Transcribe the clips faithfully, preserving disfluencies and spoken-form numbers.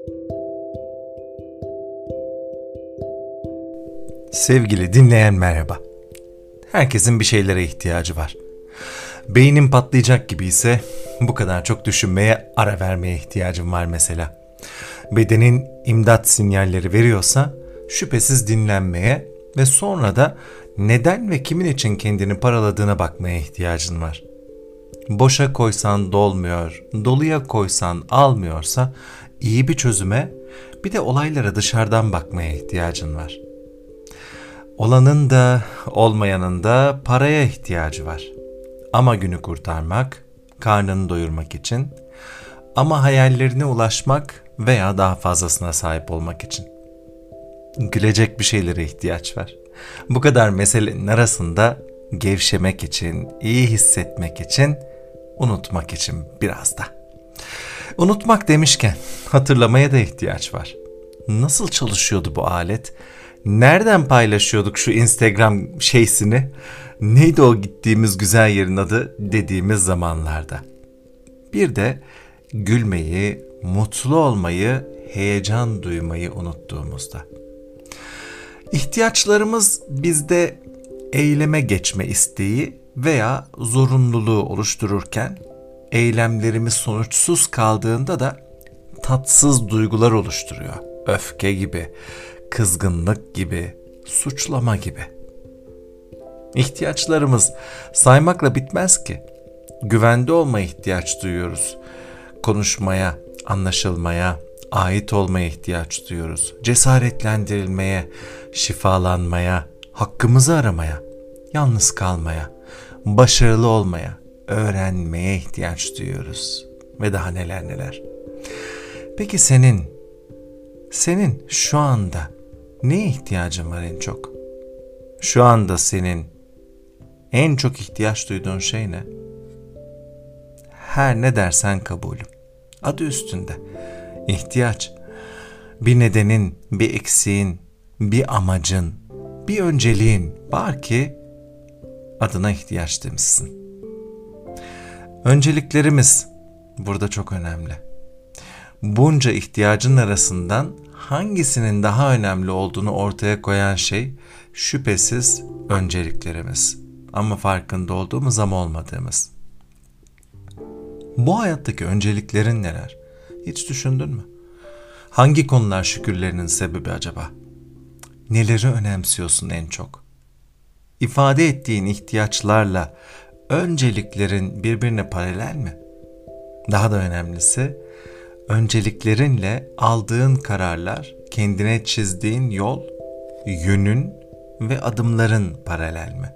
Sevgili dinleyen merhaba. Herkesin bir şeylere ihtiyacı var. Beynim patlayacak gibi ise bu kadar çok düşünmeye ara vermeye ihtiyacım var mesela. Bedenin imdat sinyalleri veriyorsa şüphesiz dinlenmeye ve sonra da neden ve kimin için kendini paraladığına bakmaya ihtiyacın var. Boşa koysan dolmuyor, doluya koysan almıyorsa iyi bir çözüme, bir de olaylara dışarıdan bakmaya ihtiyacın var. Olanın da olmayanın da paraya ihtiyacı var. Ama günü kurtarmak, karnını doyurmak için, ama hayallerine ulaşmak veya daha fazlasına sahip olmak için. Gülecek bir şeylere ihtiyaç var. Bu kadar meselenin arasında gevşemek için, iyi hissetmek için, unutmak için biraz da. Unutmak demişken hatırlamaya da ihtiyaç var. Nasıl çalışıyordu bu alet? Nereden paylaşıyorduk şu Instagram şeysini? Neydi o gittiğimiz güzel yerin adı dediğimiz zamanlarda? Bir de gülmeyi, mutlu olmayı, heyecan duymayı unuttuğumuzda. İhtiyaçlarımız bizde eyleme geçme isteği veya zorunluluğu oluştururken, eylemlerimiz sonuçsuz kaldığında da tatsız duygular oluşturuyor. Öfke gibi, kızgınlık gibi, suçlama gibi. İhtiyaçlarımız saymakla bitmez ki. Güvende olmaya ihtiyaç duyuyoruz. Konuşmaya, anlaşılmaya, ait olmaya ihtiyaç duyuyoruz. Cesaretlendirilmeye, şifalanmaya, hakkımızı aramaya, yalnız kalmaya, başarılı olmaya, öğrenmeye ihtiyaç duyuyoruz. Ve daha neler neler. Peki senin, senin şu anda neye ihtiyacın var en çok? Şu anda senin en çok ihtiyaç duyduğun şey ne? Her ne dersen kabulüm. Adı üstünde. İhtiyaç. Bir nedenin, bir eksiğin, bir amacın, bir önceliğin var ki adına ihtiyaç demişsin. Önceliklerimiz burada çok önemli. Bunca ihtiyacın arasından hangisinin daha önemli olduğunu ortaya koyan şey şüphesiz önceliklerimiz. Ama farkında olduğumuz ama olmadığımız. Bu hayattaki önceliklerin neler? Hiç düşündün mü? Hangi konular şükürlerinin sebebi acaba? Neleri önemsiyorsun en çok? İfade ettiğin ihtiyaçlarla önceliklerin birbirine paralel mi? Daha da önemlisi, önceliklerinle aldığın kararlar, kendine çizdiğin yol, yönün ve adımların paralel mi?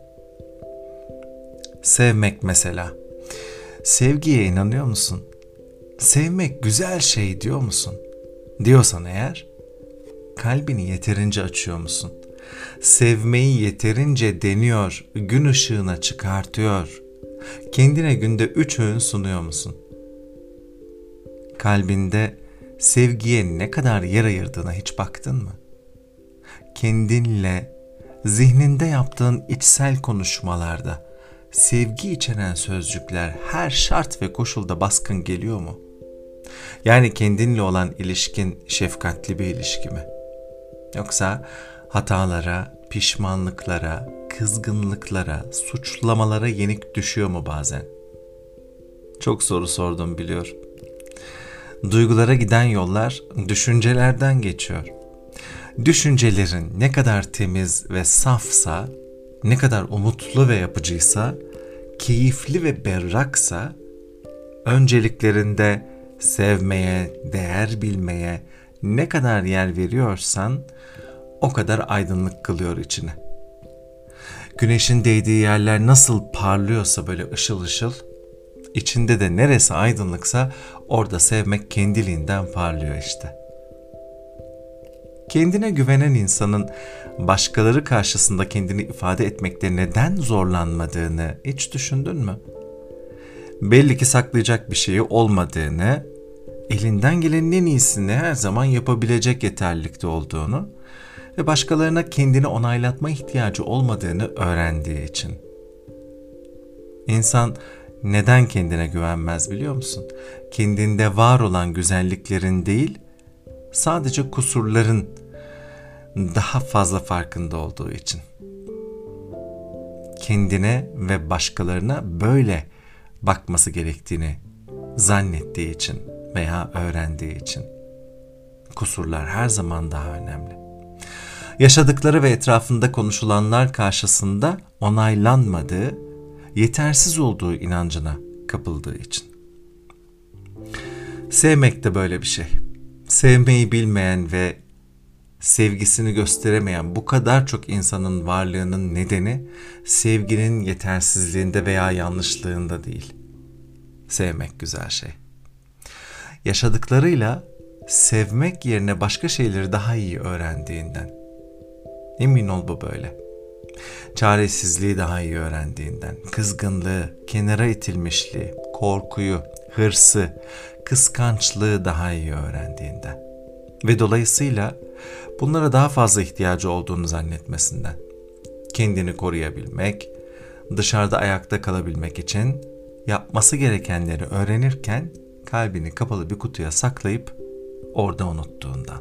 Sevmek mesela. Sevgiye inanıyor musun? Sevmek güzel şey diyor musun? Diyorsan eğer, kalbini yeterince açıyor musun? Sevmeyi yeterince deniyor, gün ışığına çıkartıyor. Kendine günde üç öğün sunuyor musun? Kalbinde sevgiye ne kadar yer ayırdığına hiç baktın mı? Kendinle, zihninde yaptığın içsel konuşmalarda sevgi içeren sözcükler her şart ve koşulda baskın geliyor mu? Yani kendinle olan ilişkin şefkatli bir ilişki mi? Yoksa hatalara, pişmanlıklara, kızgınlıklara, suçlamalara yenik düşüyor mu bazen? Çok soru sordum biliyorum. Duygulara giden yollar düşüncelerden geçiyor. Düşüncelerin ne kadar temiz ve safsa, ne kadar umutlu ve yapıcıysa, keyifli ve berraksa, önceliklerinde sevmeye, değer bilmeye ne kadar yer veriyorsan o kadar aydınlık kılıyor içini. Güneşin değdiği yerler nasıl parlıyorsa böyle ışıl ışıl, içinde de neresi aydınlıksa orada sevmek kendiliğinden parlıyor işte. Kendine güvenen insanın başkaları karşısında kendini ifade etmekte neden zorlanmadığını hiç düşündün mü? Belli ki saklayacak bir şeyi olmadığını, elinden gelenin en iyisini her zaman yapabilecek yeterlilikte olduğunu ve başkalarına kendini onaylatma ihtiyacı olmadığını öğrendiği için. İnsan neden kendine güvenmez biliyor musun? Kendinde var olan güzelliklerin değil, sadece kusurların daha fazla farkında olduğu için. Kendine ve başkalarına böyle bakması gerektiğini zannettiği için veya öğrendiği için. Kusurlar her zaman daha önemli. Yaşadıkları ve etrafında konuşulanlar karşısında onaylanmadığı, yetersiz olduğu inancına kapıldığı için. Sevmek de böyle bir şey. Sevmeyi bilmeyen ve sevgisini gösteremeyen bu kadar çok insanın varlığının nedeni sevginin yetersizliğinde veya yanlışlığında değil. Sevmek güzel şey. Yaşadıklarıyla sevmek yerine başka şeyleri daha iyi öğrendiğinden. Emin ol bu böyle. Çaresizliği daha iyi öğrendiğinden, kızgınlığı, kenara itilmişliği, korkuyu, hırsı, kıskançlığı daha iyi öğrendiğinden ve dolayısıyla bunlara daha fazla ihtiyacı olduğunu zannetmesinden. Kendini koruyabilmek, dışarıda ayakta kalabilmek için yapması gerekenleri öğrenirken kalbini kapalı bir kutuya saklayıp orada unuttuğundan.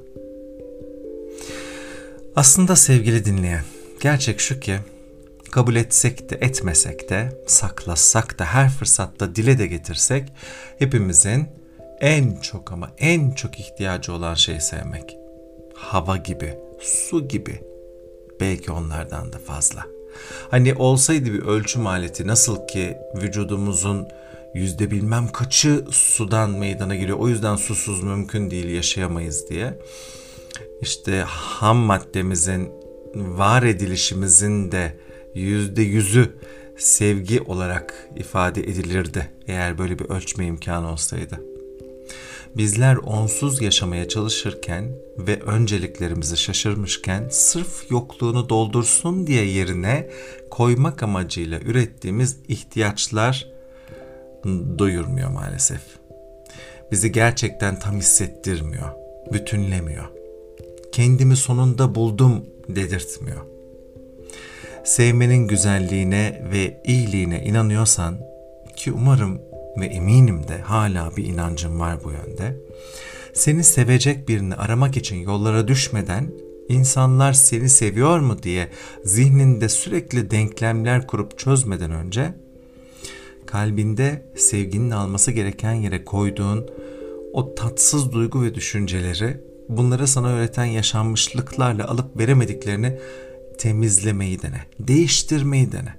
Aslında sevgili dinleyen, gerçek şu ki kabul etsek de etmesek de, saklasak da her fırsatta dile de getirsek hepimizin en çok ama en çok ihtiyacı olan şey sevmek. Hava gibi, su gibi, belki onlardan da fazla. Hani olsaydı bir ölçüm aleti, nasıl ki vücudumuzun yüzde bilmem kaçı sudan meydana geliyor, o yüzden susuz mümkün değil, yaşayamayız diye. İşte ham maddemizin, var edilişimizin de yüzde yüzü sevgi olarak ifade edilirdi eğer böyle bir ölçme imkanı olsaydı. Bizler onsuz yaşamaya çalışırken ve önceliklerimizi şaşırmışken sırf yokluğunu doldursun diye yerine koymak amacıyla ürettiğimiz ihtiyaçlar doyurmuyor maalesef. Bizi gerçekten tam hissettirmiyor, bütünlemiyor. Kendimi sonunda buldum dedirtmiyor. Sevmenin güzelliğine ve iyiliğine inanıyorsan, ki umarım ve eminim de hala bir inancım var bu yönde, seni sevecek birini aramak için yollara düşmeden, insanlar seni seviyor mu diye zihninde sürekli denklemler kurup çözmeden önce, kalbinde sevginin alması gereken yere koyduğun o tatsız duygu ve düşünceleri, bunları sana öğreten yaşanmışlıklarla alıp veremediklerini temizlemeyi dene, değiştirmeyi dene.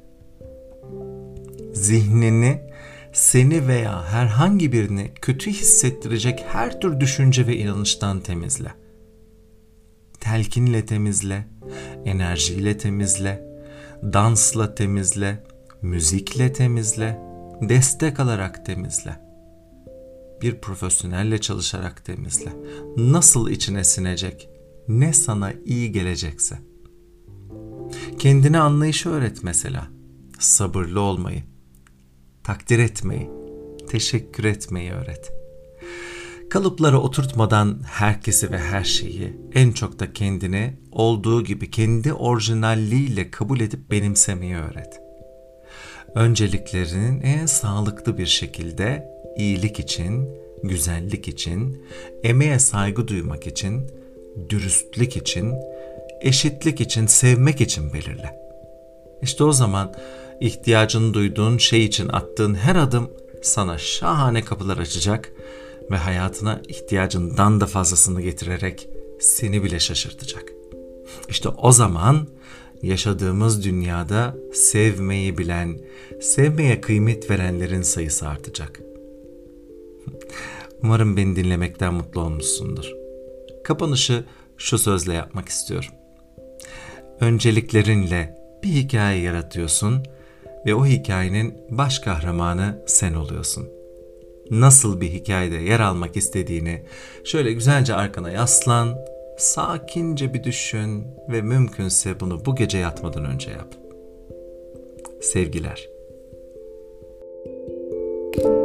Zihnini, seni veya herhangi birini kötü hissettirecek her tür düşünce ve inanıştan temizle. Telkinle temizle, enerjiyle temizle, dansla temizle, müzikle temizle, destek alarak temizle. Bir profesyonelle çalışarak temizle. Nasıl içine sinecek, ne sana iyi gelecekse. Kendine anlayışı öğret mesela. Sabırlı olmayı, takdir etmeyi, teşekkür etmeyi öğret. Kalıplara oturtmadan herkesi ve her şeyi, en çok da kendini olduğu gibi kendi orijinalliğiyle kabul edip benimsemeyi öğret. Önceliklerinin en sağlıklı bir şekilde iyilik için, güzellik için, emeğe saygı duymak için, dürüstlük için, eşitlik için, sevmek için belirle. İşte o zaman ihtiyacını duyduğun şey için attığın her adım sana şahane kapılar açacak ve hayatına ihtiyacından da fazlasını getirerek seni bile şaşırtacak. İşte o zaman yaşadığımız dünyada sevmeyi bilen, sevmeye kıymet verenlerin sayısı artacak. Umarım beni dinlemekten mutlu olmuşsundur. Kapanışı şu sözle yapmak istiyorum. Önceliklerinle bir hikaye yaratıyorsun ve o hikayenin baş kahramanı sen oluyorsun. Nasıl bir hikayede yer almak istediğini şöyle güzelce arkana yaslan, sakince bir düşün ve mümkünse bunu bu gece yatmadan önce yap. Sevgiler.